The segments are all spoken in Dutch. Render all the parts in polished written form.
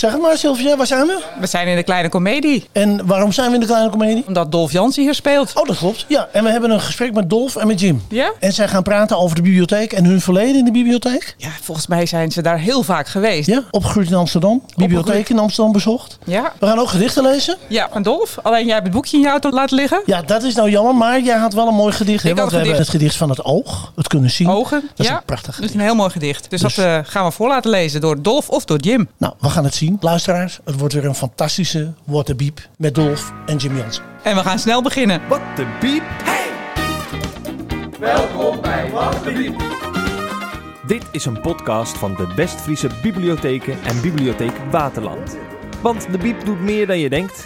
Zeg het maar, Sylvia, waar zijn we? We zijn in de Kleine Comedie. En waarom zijn we in de Kleine Comedie? Omdat Dolf Jansen hier speelt. Oh, dat klopt. Ja, en we hebben een gesprek met Dolf en met Jim. Ja? En zij gaan praten over de bibliotheek en hun verleden in de bibliotheek. Ja, volgens mij zijn ze daar heel vaak geweest. Ja, opgegroeid in Amsterdam. Bibliotheek in Amsterdam bezocht. Ja? We gaan ook gedichten lezen. Ja, van Dolf. Alleen jij hebt het boekje in je auto laten liggen. Ja, dat is nou jammer, maar jij had wel een mooi gedicht. Ik Want had we een hebben het gedicht van het oog. Het kunnen zien. Ogen. Dat is ja. een prachtig Dat is gedicht. een heel mooi gedicht. Dus dat gaan we voor laten lezen door Dolf of door Jim. Nou, we gaan het zien. Luisteraars, het wordt weer een fantastische What the Beep met Dolf en Jim Jansen. En we gaan snel beginnen. What the Beep. Welkom bij What the Beep. Dit is een podcast van de West-Friese Bibliotheken en Bibliotheek Waterland. Want de Biep doet meer dan je denkt.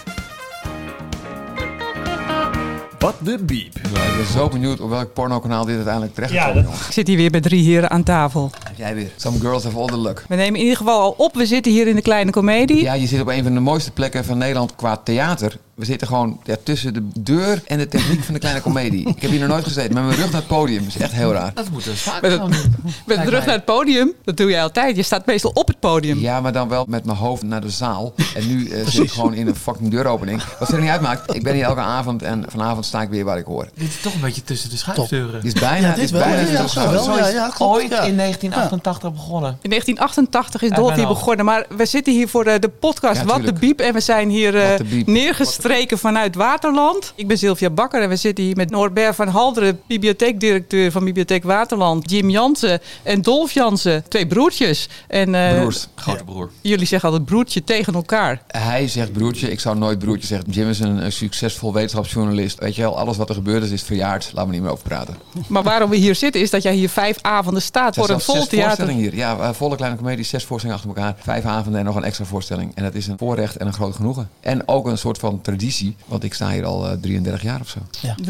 What the Beep. Ja, ik ben zo benieuwd op welk pornokanaal dit uiteindelijk terecht Ja, komt. dat- jongen. Ik zit hier weer bij 3 heren aan tafel. Jij weer. Some girls have all the luck. We nemen in ieder geval al op. We zitten hier in de Kleine Comedie. Ja, je zit op een van de mooiste plekken van Nederland qua theater. We zitten gewoon tussen de deur en de techniek van de Kleine Comedie. Ik heb hier nog nooit gezeten, met mijn rug naar het podium. Dat is echt heel raar. Dat moet dus vaak Met gaan. de rug naar het podium. Dat doe jij altijd. Je staat meestal op het podium. Ja, maar dan wel met mijn hoofd naar de zaal. En nu zit ik gewoon in een fucking deuropening. Wat er niet uitmaakt, ik ben hier elke avond en vanavond sta ik weer waar ik hoor. Dit is toch een beetje tussen de schuifdeuren. Het is bijna, Ja, dit het is wel, bijna ja, tussen- zo wel. Zo is ja, het klopt, ooit ja. in 1988 begonnen. In 1988 is Dolf hier bijna. begonnen. Maar we zitten hier voor de podcast Ja, What the tuurlijk. Beep. En we zijn hier What the Beep. neergestreken vanuit Waterland. Ik ben Sylvia Bakker en we zitten hier met Norbert van Halderen, bibliotheekdirecteur van Bibliotheek Waterland. Jim Jansen en Dolf Jansen, 2 broertjes. En, Broers. Grote broer. Jullie zeggen altijd broertje tegen elkaar. Hij zegt broertje, ik zou nooit broertje zeggen. Jim is een succesvol wetenschapsjournalist. Weet je wel, alles wat er gebeurd is verjaard. Laten we niet meer over praten. Maar waarom we hier zitten is dat jij hier 5 avonden staat voor een vol Zelfs 6 theater. voorstellingen hier. Ja, volle Kleine Comedie, 6 voorstellingen achter elkaar. 5 avonden en nog een extra voorstelling. En dat is een voorrecht en een groot genoegen. En ook een soort van traditie. Want ik sta hier al 33 jaar of zo.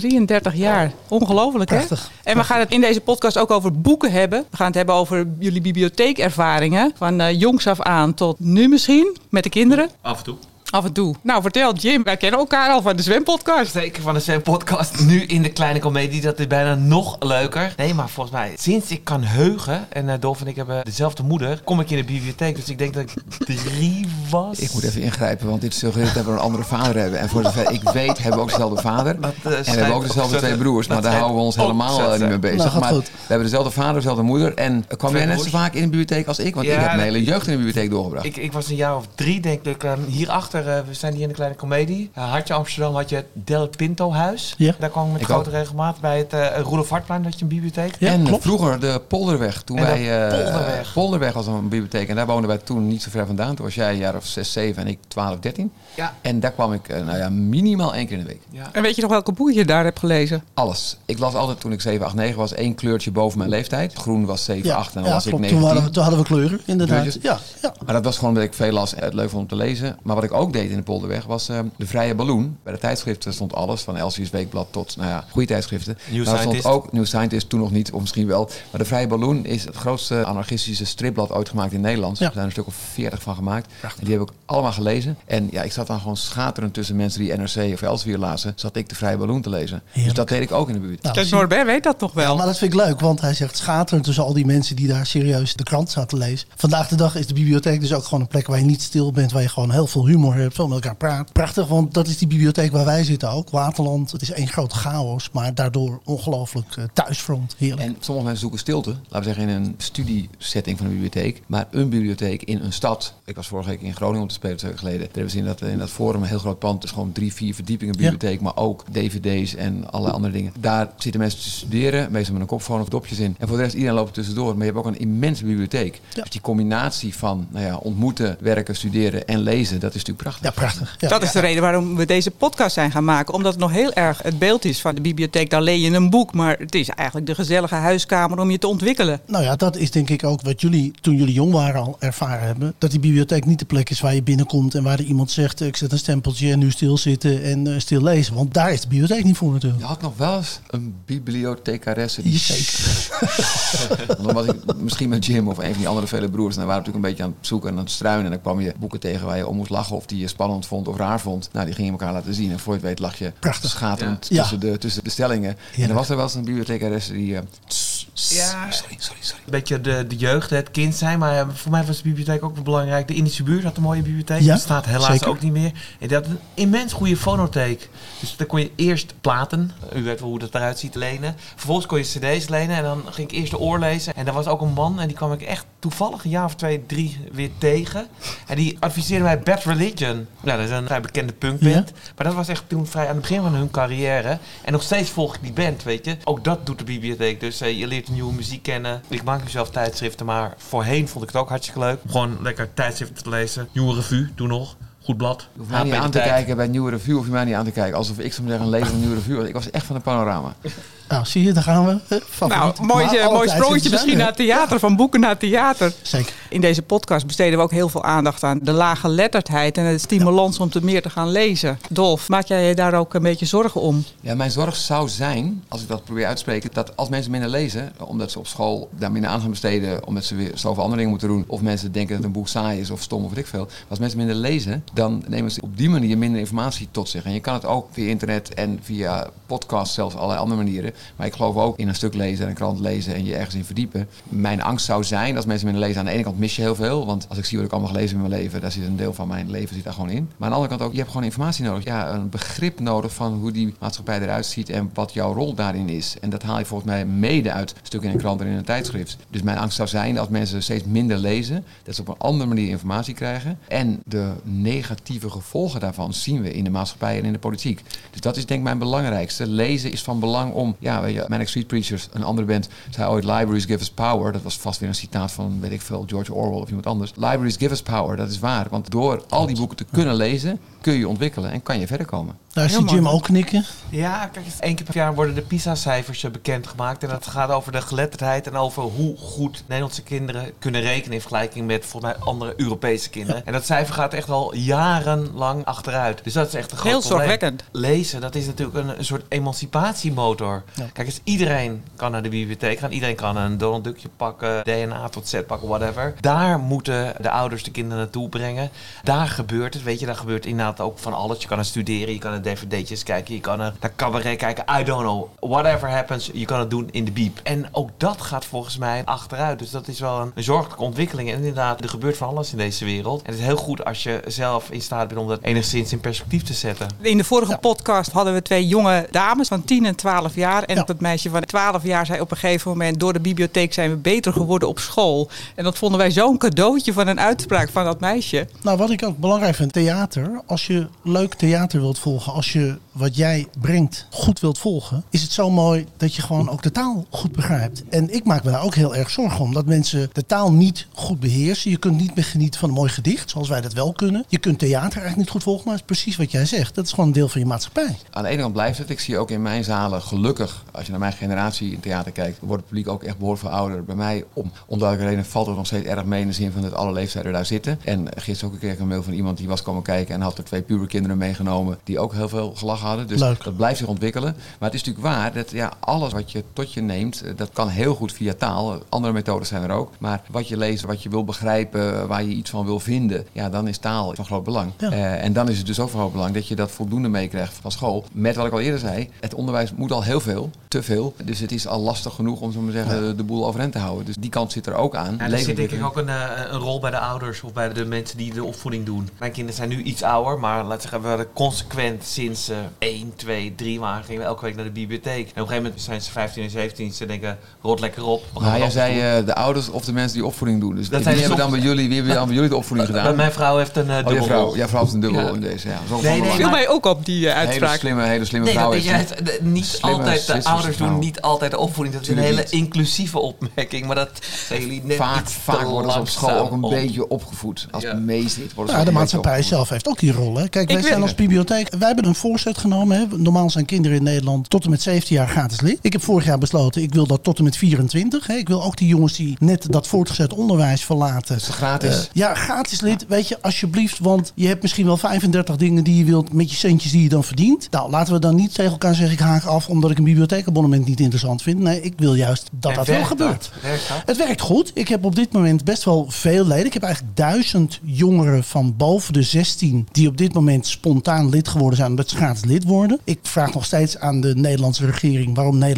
33 jaar. Ongelooflijk, hè? Prachtig. En we gaan het in deze podcast ook over boeken hebben. We gaan het hebben over jullie bibliotheekervaringen. Van jongs af aan tot nu misschien, met de kinderen. Af en toe. Af en toe. Nou, vertel Jim, wij kennen elkaar al van de zwempodcast. Zeker van de Zwem-podcast. Nu in de Kleine Comedie. Dat is bijna nog leuker. Nee, maar volgens mij, sinds ik kan heugen, en Dolf en ik hebben dezelfde moeder, kom ik in de bibliotheek. Dus ik denk dat ik 3 was. Ik moet even ingrijpen, want dit suggereert dat we een andere vader hebben. En voor zover ik weet, hebben we ook dezelfde vader. En we hebben ook dezelfde 2 broers. Maar daar houden we ons helemaal niet mee bezig. Nou, gaat Maar goed. we hebben dezelfde vader, dezelfde moeder. En kwam jij net zo broers. vaak in de bibliotheek als ik? Want Ja, ik heb mijn dat- hele jeugd in de bibliotheek doorgebracht. Ik was een jaar of 3, denk ik. Hierachter, we zijn hier in de Kleine Comedie. Had je Amsterdam, had je het Del Pinto Huis. Ja. Daar kwam ik met Ik grote ook. regelmaat. Bij het Roelof Hartplein had je een bibliotheek. Ja, en klopt. vroeger de Polderweg. Toen En de wij Polderweg. Polderweg was een bibliotheek. En daar woonden wij toen niet zo ver vandaan. Toen was jij een jaar of 6, 7 en ik 12, 13. Ja. En daar kwam ik minimaal 1 keer in de week. Ja. En weet je nog welke boek je daar hebt gelezen? Alles. Ik las altijd toen ik 7, 8, 9 was 1 kleurtje boven mijn leeftijd. Groen was 7, 8 en dan was ik klopt. 19. Toen hadden we kleuren, inderdaad. Kleurtjes. Ja. Maar dat was gewoon omdat ik veel las en het leuk vond om te lezen. Maar wat ik ook deed in de Polderweg was de Vrije Balloon. Bij de tijdschriften stond alles, van Elsie's Weekblad tot goede tijdschriften. New Daar stond Scientist. ook New Scientist, toen nog niet, of misschien wel. Maar de Vrije Balloon is het grootste anarchistische stripblad ooit gemaakt in Nederland. Ja. Er zijn een stuk of 40 van gemaakt. En die heb ik allemaal gelezen. En ja, ik zat dan gewoon schaterend tussen mensen die NRC of Elsevier lazen. Zat ik de Vrije Balloon te lezen. Dus Heerlijk. dat deed ik ook in de buurt. Nou, Kijk, zie- Norbert weet dat toch wel. Ja, maar dat vind ik leuk, want hij zegt schateren tussen al die mensen die daar serieus de krant zaten te lezen. Vandaag de dag is de bibliotheek dus ook gewoon een plek waar je niet stil bent, waar je gewoon heel veel humor hebt, veel met elkaar praat. Prachtig, want dat is die bibliotheek waar wij zitten ook. Waterland, het is één grote chaos, maar daardoor ongelooflijk thuisfront. Heerlijk. En sommige mensen zoeken stilte, laten we zeggen in een studiesetting van een bibliotheek. Maar een bibliotheek in een stad. Ik was vorige week in Groningen om te spelen, 2 weken geleden. Daar hebben ze in dat forum een heel groot pand. Dus gewoon 3, 4 verdiepingen bibliotheek, maar ook dvd's en allerlei andere dingen. Daar zitten mensen te studeren, meestal met een koptelefoon of dopjes in. En voor de rest, iedereen loopt er tussendoor. Maar je hebt ook een immense bibliotheek. Ja. Dus die combinatie van ontmoeten, werken, studeren en lezen, dat is natuurlijk prachtig. Ja, prachtig. Ja. Dat is de reden waarom we deze podcast zijn gaan maken. Omdat het nog heel erg het beeld is van de bibliotheek. Daar leen je een boek, maar het is eigenlijk de gezellige huiskamer om je te ontwikkelen. Nou ja, dat is denk ik ook wat jullie, toen jullie jong waren, al ervaren hebben. Dat die bibliotheek niet de plek is waar je binnenkomt en waar er iemand zegt, ik zet een stempeltje en nu stilzitten en stil lezen. Want daar is de bibliotheek niet voor natuurlijk. Je had nog wel eens een bibliothecaresse die Zeker. dan was ik misschien met Jim of een van die andere vele broers. En dan waren we natuurlijk een beetje aan het zoeken en aan het struinen. En dan kwam je boeken tegen waar je om moest lachen of die je spannend vond of raar vond. Nou, die ging je elkaar laten zien. En voor je het weet lag je Prachtig. schaterend Ja. tussen de stellingen. En dan was er wel eens een bibliothecaresse die Ja, Sorry. een beetje de jeugd, het kind zijn. Maar voor mij was de bibliotheek ook wel belangrijk. De Indische buurt had een mooie bibliotheek. Ja, Dat staat helaas zeker. ook niet meer. En die had een immens goede fonotheek. Dus dan kon je eerst platen, u weet wel hoe dat eruit ziet, lenen. Vervolgens kon je cd's lenen en dan ging ik eerst de oor lezen. En daar was ook een man en die kwam ik echt toevallig een jaar of 2, 3 weer tegen. En die adviseerde mij Bad Religion. Nou, dat is een vrij bekende punkband. Ja. Maar dat was echt toen vrij aan het begin van hun carrière. En nog steeds volg ik die band, weet je. Ook dat doet de bibliotheek. Dus je leert nieuwe muziek kennen. Ik maak nu zelf tijdschriften, maar voorheen vond ik het ook hartstikke leuk. Gewoon lekker tijdschriften te lezen. Nieuwe Revue, toen nog. Goed blad. Je hoeft mij niet aan te kijken bij een nieuwe review. Hoef je mij niet aan te kijken. Alsof ik zou zeggen een lezer een nieuwe review. Ik was echt van de Panorama. Nou, zie je, daar gaan we. Nou, mooi sprongetje misschien naar theater, van boeken naar theater. Zeker. In deze podcast besteden we ook heel veel aandacht aan de lage letterdheid en het stimulans om te meer te gaan lezen. Dolf, maak jij je daar ook een beetje zorgen om? Ja, mijn zorg zou zijn, als ik dat probeer uit te spreken, dat als mensen minder lezen, omdat ze op school daar minder aan gaan besteden, omdat ze weer zoveel andere dingen moeten doen, of mensen denken dat een boek saai is of stom of weet ik veel. Maar als mensen minder lezen, dan nemen ze op die manier minder informatie tot zich. En je kan het ook via internet en via podcast, zelfs allerlei andere manieren. Maar ik geloof ook in een stuk lezen en een krant lezen en je ergens in verdiepen. Mijn angst zou zijn, als mensen minder lezen, aan de ene kant mis je heel veel. Want als ik zie wat ik allemaal gelezen heb in mijn leven, daar zit een deel van mijn leven zit daar gewoon in. Maar aan de andere kant ook, je hebt gewoon informatie nodig. Ja, een begrip nodig van hoe die maatschappij eruit ziet en wat jouw rol daarin is. En dat haal je volgens mij mede uit stukken in een krant en in een tijdschrift. Dus mijn angst zou zijn, als mensen steeds minder lezen, dat ze op een andere manier informatie krijgen. En de negatieve gevolgen daarvan zien we in de maatschappij en in de politiek. Dus dat is denk ik mijn belangrijkste. Lezen is van belang om, ja, weet je, Manic Street Preachers, een andere band, zei ooit Libraries give us power. Dat was vast weer een citaat van, weet ik veel, George Orwell of iemand anders. Libraries give us power, dat is waar. Want door al die boeken te kunnen lezen, kun je ontwikkelen en kan je verder komen. Daar zie Jim ook knikken. Ja, kijk eens, 1 keer per jaar worden de PISA-cijfers bekendgemaakt. En dat gaat over de geletterdheid en over hoe goed Nederlandse kinderen kunnen rekenen in vergelijking met volgens mij andere Europese kinderen. En dat cijfer gaat echt al jarenlang achteruit. Dus dat is echt een groot probleem. Heel zorgwekkend. Lezen, dat is natuurlijk een soort emancipatiemotor. Ja. Kijk eens, iedereen kan naar de bibliotheek gaan. Iedereen kan een Donald Duckje pakken, DNA tot Z pakken, whatever. Daar moeten de ouders de kinderen naartoe brengen. Daar gebeurt het, weet je, daar gebeurt inderdaad ook van alles. Je kan er studeren, je kan er dvd'tjes kijken, je kan er naar cabaret kijken. I don't know. Whatever happens, je kan het doen in de bieb. En ook dat gaat volgens mij achteruit. Dus dat is wel een zorgelijke ontwikkeling. En inderdaad, er gebeurt van alles in deze wereld. En het is heel goed als je zelf in staat bent om dat enigszins in perspectief te zetten. In de vorige podcast hadden we 2 jonge dames van 10 en 12 jaar. En Ja. dat meisje van 12 jaar zei op een gegeven moment, door de bibliotheek zijn we beter geworden op school. En dat vonden wij zo'n cadeautje van een uitspraak van dat meisje. Nou, wat ik ook belangrijk vind, theater. Als je leuk theater wilt volgen, als je wat jij brengt goed wilt volgen, is het zo mooi dat je gewoon ook de taal goed begrijpt. En ik maak me daar ook heel erg zorgen om, dat mensen de taal niet goed beheersen. Je kunt niet meer genieten van een mooi gedicht, zoals wij dat wel kunnen. Je kunt theater eigenlijk niet goed volgen, maar het is precies wat jij zegt. Dat is gewoon een deel van je maatschappij. Aan de ene kant blijft het. Ik zie ook in mijn zalen, gelukkig, als je naar mijn generatie in theater kijkt, wordt het publiek ook echt behoorlijk veel ouder. Bij mij, om onduidelijke redenen, valt het nog steeds erg mee in de zin van dat alle leeftijden daar zitten. En gisteren ook kreeg ik een mail van iemand die was komen kijken en had er 2 puberkinderen meegenomen die ook heel veel gelachen hadden. Dus leuk. Dat blijft zich ontwikkelen. Maar het is natuurlijk waar dat ja, alles wat je tot je neemt, dat kan heel goed via taal. Andere methodes zijn er ook. Maar wat je leest, wat je wil begrijpen, waar je iets van wil vinden, ja, dan is taal van groot belang. Ja. En dan is het dus ook van groot belang dat je dat voldoende meekrijgt van school. Met wat ik al eerder zei, het onderwijs moet al heel veel, te veel. Dus het is al lastig genoeg om, zo maar zeggen, de boel overeind te houden. Dus die kant zit er ook aan. Ja, er zit denk ik ook een rol bij de ouders of bij de mensen die de opvoeding doen. Mijn kinderen zijn nu iets ouder, maar laten we zeggen, we hadden consequent sinds 1, 2, 3 maanden gingen we elke week naar de bibliotheek. En op een gegeven moment zijn ze 15 en 17, ze denken, rot lekker op. Maar jij zei de ouders of de mensen die opvoeding doen. Dus Dat wie zijn hebben soms- dan bij jullie, wie hebben dan bij jullie de opvoeding gedaan? Mijn vrouw heeft een dubbel. Jouw vrouw heeft een dubbel Ja. in deze. Ja. Zo Nee, van Viel mij ook op die uitspraak. hele slimme Nee, vrouw dat is is die. juist niet Slimme altijd, de Zwitserse ouders doen vrouw. niet altijd de opvoeding. Dat is een Tuurlijk hele niet. inclusieve opmerking, maar dat zijn jullie net iets te Vaak worden ze op school ook een langzaam beetje opgevoed. Als Ja. meezit worden ze Ja, ook de een maatschappij beetje zelf heeft ook die rol. Hè. Kijk, wij Ik zijn weet- als bibliotheek, wij hebben een voorzet genomen. Hè. Normaal zijn kinderen in Nederland tot en met 17 jaar gratis lid. Ik heb vorig jaar besloten, ik wil dat tot en met 24. Hè. Ik wil ook die jongens die net dat voortgezet onderwijs verlaten. Is het gratis? Ja, gratis lid, weet je, alsjeblieft. Want je hebt misschien wel 35 dingen die je wilt met je centjes die je dan verdient. Nou, laten we dan niet tegen elkaar zeggen, ik haak af omdat ik een bibliotheekabonnement niet interessant vind. Nee, ik wil juist dat En dat wel werkt gebeurt. dat? Werkt dat? Het werkt goed. Ik heb op dit moment best wel veel leden. Ik heb eigenlijk 1000 jongeren van boven de 16 die op dit moment spontaan lid geworden zijn omdat ze gratis lid worden. Ik vraag nog steeds aan de Nederlandse regering waarom Nederlanders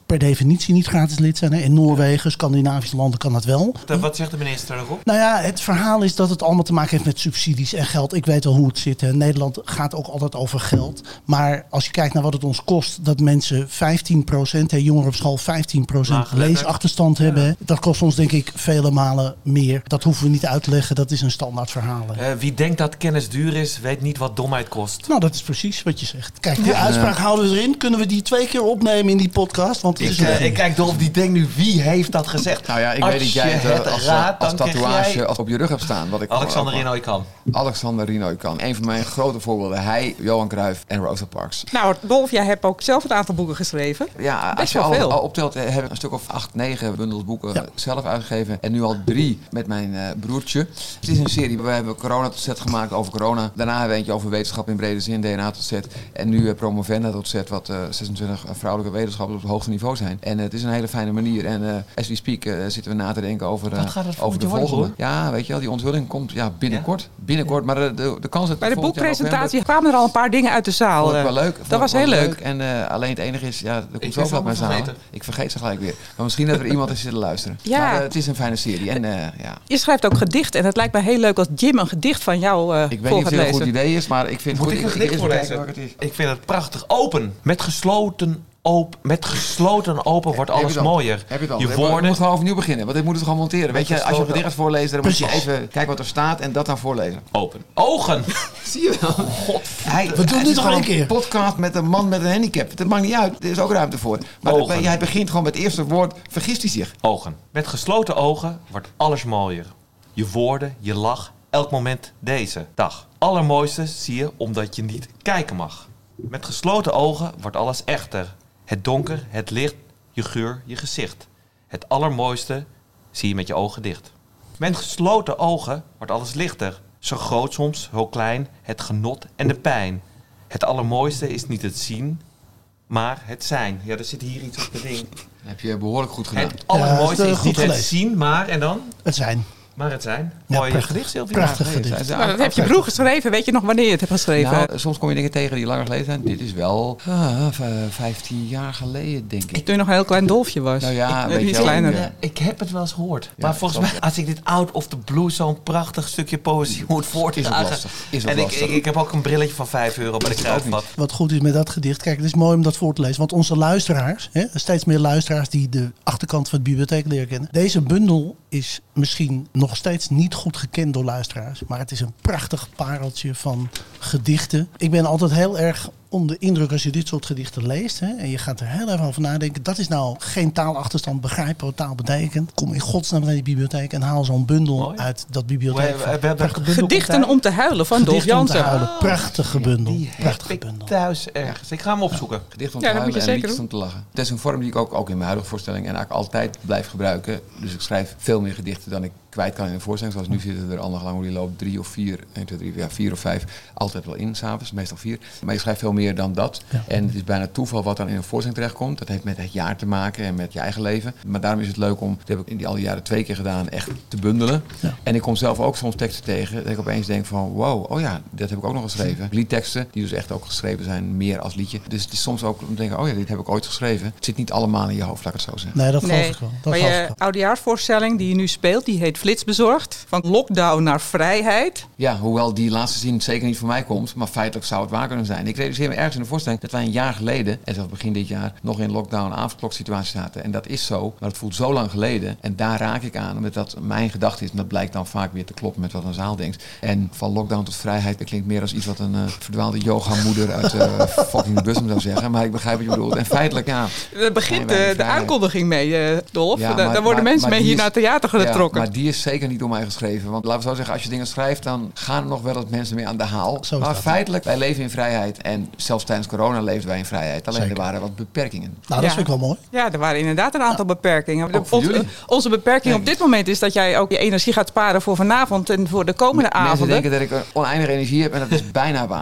per definitie niet gratis lid zijn. Hè. In Noorwegen, Scandinavische landen kan dat wel. Wat zegt de minister erop? Nou ja, het verhaal is dat het allemaal te maken heeft met subsidies en geld. Ik weet wel hoe het zit. Hè. Nederland gaat ook altijd over geld. Maar als je kijkt naar wat het ons kost, dat mensen 15%, jongeren op school 15% leesachterstand hebben. Hè. Dat kost ons denk ik vele malen meer. Dat hoeven we niet uit te leggen. Dat is een standaard verhaal. Wie denkt dat kennis duur is, weet niet wat domheid kost. Nou, dat is precies wat je zegt. Kijk, die uitspraak houden we erin. Kunnen we die 2 keer opnemen in die podcast? Want Ik kijk Dolf, die denkt nu, wie heeft dat gezegd? Nou ja, ik weet dat jij het als tatoeage op je rug hebt staan. Wat ik Alexander Rinoy kan. Alexander Rinoy kan. Een van mijn grote voorbeelden. Hij, Johan Cruijff en Rosa Parks. Nou, Dolf, jij hebt ook zelf een aantal boeken geschreven. Ja, best als je wel veel. al optelt, heb ik een stuk of 8, 9 bundels boeken zelf uitgegeven. En nu al 3 met mijn broertje. Het is een serie. We hebben corona tot Z gemaakt over corona. Daarna hebben we eentje over wetenschap in brede zin, DNA tot Z. En nu Promovenda tot Z, wat 26 vrouwelijke wetenschappers op het hoogste niveau zijn. En het is een hele fijne manier. En as we speak zitten we na te denken over de volgende. Ja, weet je wel, die onthulling komt binnenkort. Ja? Binnenkort, maar de kans dat bij de boekpresentatie kwamen er al een paar dingen uit de zaal. Vond ik wel leuk. Dat was heel leuk. En alleen het enige is, er komt zoveel uit mijn zaal. Ik vergeet ze gelijk weer. Maar misschien dat er iemand is zitten luisteren. Ja. Maar het is een fijne serie. En, Je schrijft ook gedichten. En het lijkt mij heel leuk als Jim een gedicht van jou ik weet niet of het een goed idee is, maar ik vind het goed. Moet ik een gedicht voorlezen? Ik vind het prachtig. Open. Met gesloten open wordt alles mooier. Heb je het al? Je woorden... Je moet gewoon overnieuw beginnen, want ik moet het gewoon monteren. Weet je, als je een gedicht gaat voorlezen, dan moet je even kijken wat er staat en dat dan voorlezen. Open. Ogen! Zie je wel? God. We doen dit nog een keer. Een podcast met een man met een handicap. Dat maakt niet uit. Er is ook ruimte voor. Maar hij begint gewoon met het eerste woord, vergist hij zich. Ogen. Met gesloten ogen wordt alles mooier. Je woorden, je lach, elk moment deze dag. Allermooiste zie je omdat je niet kijken mag. Met gesloten ogen wordt alles echter. Het donker, het licht, je geur, je gezicht. Het allermooiste zie je met je ogen dicht. Met gesloten ogen wordt alles lichter. Zo groot soms, zo klein, het genot en de pijn. Het allermooiste is niet het zien, maar het zijn. Ja, er zit hier iets op het ding. Dat heb je behoorlijk goed gedaan. Het allermooiste is niet het zien, maar en dan? Het zijn. Maar het zijn. Ja, mooi gedicht, Sylvie. Prachtig gedicht. Nou, dat heb je broer geschreven. Weet je nog wanneer je het hebt geschreven? Nou, soms kom je dingen tegen die langer geleden zijn. Dit is wel 15 jaar geleden, denk ik. Toen je nog een heel klein Dolfje was. Nou ja, een iets kleiner. Ik heb het wel eens gehoord. Ja, maar volgens mij, als ik dit out of the blue zo'n prachtig stukje poëzie moet voortdragen. Is ook en lastig. Ik heb ook een brilletje van €5 bij de Kruidvat. Wat goed is met dat gedicht. Kijk, het is mooi om dat voor te lezen. Want onze luisteraars, steeds meer luisteraars die de achterkant van het bibliotheek leren kennen. Deze bundel is misschien nog steeds niet goed gekend door luisteraars. Maar het is een prachtig pareltje van gedichten. Ik ben altijd heel erg onder de indruk als je dit soort gedichten leest. En je gaat er heel even over nadenken. Dat is nou geen taalachterstand begrijpen wat taal betekent. Kom in godsnaam naar die bibliotheek en haal zo'n bundel uit dat bibliotheek. Gedichten om te huilen van Dolf Jansen. Prachtige bundel. Die heb ik thuis ergens. Ik ga hem opzoeken. Gedicht om te huilen en liedjes om te lachen. Het is een vorm die ik ook in mijn huidige voorstelling en eigenlijk altijd blijf gebruiken. Dus ik schrijf veel meer gedichten dan ik kwijt kan in een voorstelling. Zoals nu zitten er anderhalf hoe die loopt 3 of 4, 1, 2, 3, 4 of 5 altijd wel in s'avonds, meestal 4. Maar je schrijft veel meer dan dat. Ja. En het is bijna toeval wat dan in een voorstelling terechtkomt. Dat heeft met het jaar te maken en met je eigen leven. Maar daarom is het leuk om, dat heb ik in al die jaren 2 keer gedaan, echt te bundelen. Ja. En ik kom zelf ook soms teksten tegen dat ik opeens denk van wow, oh ja, dat heb ik ook nog geschreven. Liedteksten, die dus echt ook geschreven zijn, meer als liedje. Dus het is soms ook om te denken, oh ja, dit heb ik ooit geschreven. Het zit niet allemaal in je hoofd, laat ik het zo zeggen. Nee, dat geloof ik wel. Maar je oudejaarsvoorstelling die je nu speelt, die heet Flitsbezorgd. Van lockdown naar vrijheid. Ja, hoewel die laatste zin zeker niet van mij komt, maar feitelijk zou het waar kunnen zijn. Ik realiseer me ergens in de voorstelling dat wij een jaar geleden, en zelfs begin dit jaar, nog in lockdown avondkloksituatie zaten. En dat is zo, maar het voelt zo lang geleden. En daar raak ik aan, omdat dat mijn gedachte is. En dat blijkt dan vaak weer te kloppen met wat een zaal denkt. En van lockdown tot vrijheid, dat klinkt meer als iets wat een verdwaalde yogamoeder uit fucking Bussum zou zeggen. Maar ik begrijp wat je bedoelt. En feitelijk, ja. Daar begint de aankondiging mee, Dolf. Ja, daar worden mensen mee hier naar het theater getrokken. Ja, maar die is zeker niet door mij geschreven. Want laten we zo zeggen, als je dingen schrijft, dan gaan er nog wel eens mensen mee aan de haal. Maar feitelijk, wij leven in vrijheid. En zelfs tijdens corona leefden wij in vrijheid. Alleen er waren wat beperkingen. Nou, dat vind ik wel mooi. Ja, er waren inderdaad een aantal beperkingen. Onze beperking op dit moment is dat jij ook je energie gaat sparen voor vanavond en voor de komende avonden. Mensen denken dat ik oneindige energie heb en dat is bijna waar.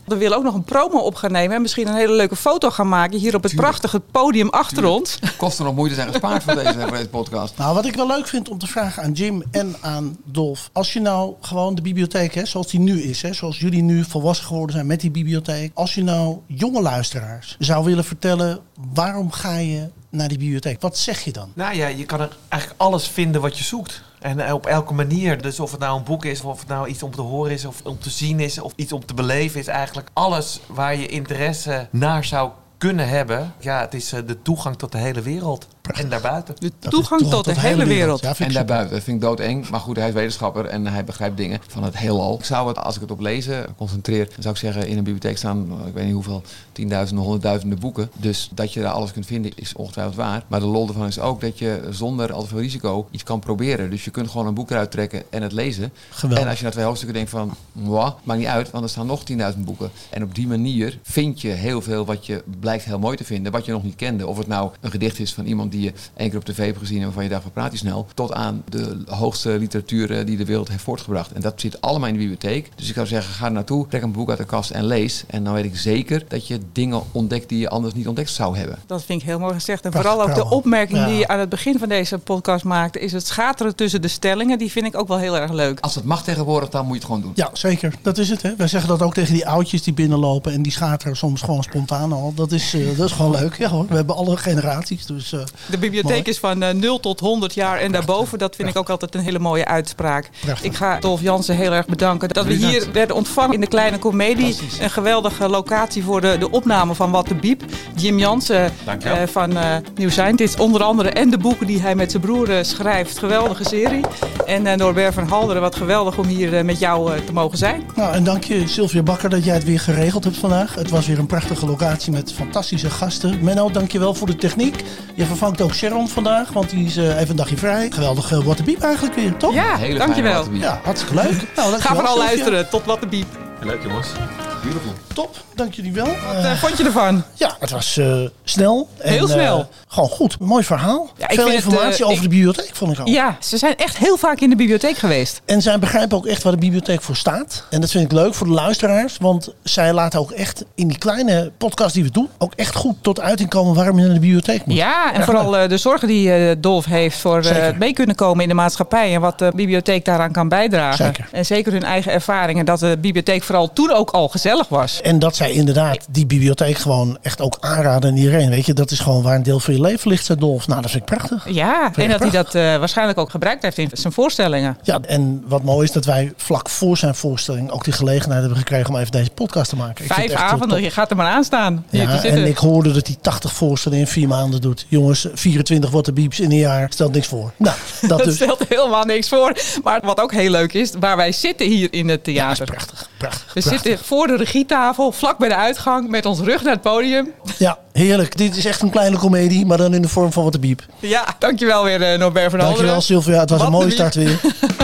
We willen ook nog een promo op gaan nemen en misschien een hele leuke foto gaan maken hier op het prachtige podium achter ons. Kosten nog moeite zijn gespaard voor deze podcast. Nou, wat ik wel leuk vind om te vragen aan Jim en aan Dolf. Als je nou gewoon de bibliotheek, hè, zoals die nu is, hè, zoals jullie nu volwassen geworden zijn met die bibliotheek. Als je nou jonge luisteraars zou willen vertellen, waarom ga je naar die bibliotheek? Wat zeg je dan? Nou ja, je kan er eigenlijk alles vinden wat je zoekt. En op elke manier. Dus of het nou een boek is, of het nou iets om te horen is, of om te zien is, of iets om te beleven is. Eigenlijk alles waar je interesse naar zou kunnen hebben. Ja, het is de toegang tot de hele wereld. En daarbuiten. De toegang tot de hele wereld. Ja, En daarbuiten, dat vind ik doodeng. Maar goed, hij is wetenschapper en hij begrijpt dingen van het heelal. Ik zou het, als ik het op lezen concentreer, dan zou ik zeggen, in een bibliotheek staan, ik weet niet hoeveel, 10.000, 100.000 boeken. Dus dat je daar alles kunt vinden is ongetwijfeld waar. Maar de lol ervan is ook dat je zonder al te veel risico iets kan proberen. Dus je kunt gewoon een boek eruit trekken en het lezen. Geweldig. En als je na 2 hoofdstukken denkt van, maakt niet uit, want er staan nog 10.000 boeken. En op die manier vind je heel veel wat je blijkt heel mooi te vinden, wat je nog niet kende. Of het nou een gedicht is van iemand die je 1 keer op tv hebt gezien en waarvan je dacht, wat praat hij snel, tot aan de hoogste literatuur die de wereld heeft voortgebracht. En dat zit allemaal in de bibliotheek. Dus ik zou zeggen, ga er naartoe, trek een boek uit de kast en lees. En dan weet ik zeker dat je dingen ontdekt die je anders niet ontdekt zou hebben. Dat vind ik heel mooi gezegd. En Prachtig vooral ook de verhaal. opmerking Ja. die je aan het begin van deze podcast maakte, is het schateren tussen de stellingen. Die vind ik ook wel heel erg leuk. Als het mag tegenwoordig, dan moet je het gewoon doen. Ja, zeker. Dat is het. Hè. Wij zeggen dat ook tegen die oudjes die binnenlopen en die schateren soms gewoon spontaan al. Dat is gewoon leuk. Ja hoor, we hebben alle generaties. Dus, De bibliotheek mooi. is van 0 tot 100 jaar en daarboven. Dat vind ik ook altijd een hele mooie uitspraak. Prachtig. Ik ga Dolf Jansen heel erg bedanken dat we hier werden ontvangen in de Kleine Comedie. Fantastisch. Een geweldige locatie voor de opname van Wat de Biep. Jim Jansen Dankjewel. van New Scientist onder andere. En de boeken die hij met zijn broer schrijft. Geweldige serie. En Norbert van Halderen, wat geweldig om hier met jou te mogen zijn. Nou, en dank je Sylvia Bakker dat jij het weer geregeld hebt vandaag. Het was weer een prachtige locatie met fantastische gasten. Menno, dank je wel voor de techniek. Je vervangt ook Sharon vandaag, want die is even een dagje vrij. Geweldig What the Beep eigenlijk weer, toch? Ja, Hele dankjewel. fijne wat. Ja, hartstikke leuk. Nou, Ga dankjewel, vooral Sylvia. luisteren tot Wat de Biep. Leuk jongens. Beautiful. Top, dank jullie wel. Wat vond je ervan? Ja, het was snel. Heel snel. Gewoon goed. Mooi verhaal. Ja, ik Veel vind het, informatie over ik- de bibliotheek, vond ik al. Ja, ze zijn echt heel vaak in de bibliotheek geweest. En zij begrijpen ook echt waar de bibliotheek voor staat. En dat vind ik leuk voor de luisteraars. Want zij laten ook echt in die kleine podcast die we doen, ook echt goed tot uiting komen waarom je naar de bibliotheek moet. Ja, en Erg vooral leuk. de zorgen die Dolf heeft voor Zeker. het mee kunnen komen in de maatschappij. En wat de bibliotheek daaraan kan bijdragen. Zeker. En zeker hun eigen ervaringen. Dat de bibliotheek vooral toen ook al gezellig was. En dat zij inderdaad die bibliotheek gewoon echt ook aanraden aan iedereen. Weet je, dat is gewoon waar een deel van je leven ligt, zei Dolf. Nou, dat vind ik prachtig. Ja, Vind en ik dat hij prachtig. dat waarschijnlijk ook gebruikt heeft in zijn voorstellingen. Ja, en wat mooi is dat wij vlak voor zijn voorstelling ook die gelegenheid hebben gekregen om even deze podcast te maken. Ik vind 5 het echt, avonden, top. je gaat er maar aan staan. Hier te Ja, zitten. en ik hoorde dat hij 80 voorstellingen in 4 maanden doet. Jongens, 24 What the Beeps in een jaar stelt niks voor. Nou, dat Dat dus. stelt helemaal niks voor. Maar wat ook heel leuk is, waar wij zitten hier in het Ja, theater. is prachtig. Prachtig. We prachtig. zitten voor de regietafel, vlak bij de uitgang, met ons rug naar het podium. Ja, heerlijk. Dit is echt een kleine komedie, maar dan in de vorm van What the Beep. Ja, dankjewel weer Norbert van Halderen. Dankjewel Sylvia, het was Wat een mooie de start weer.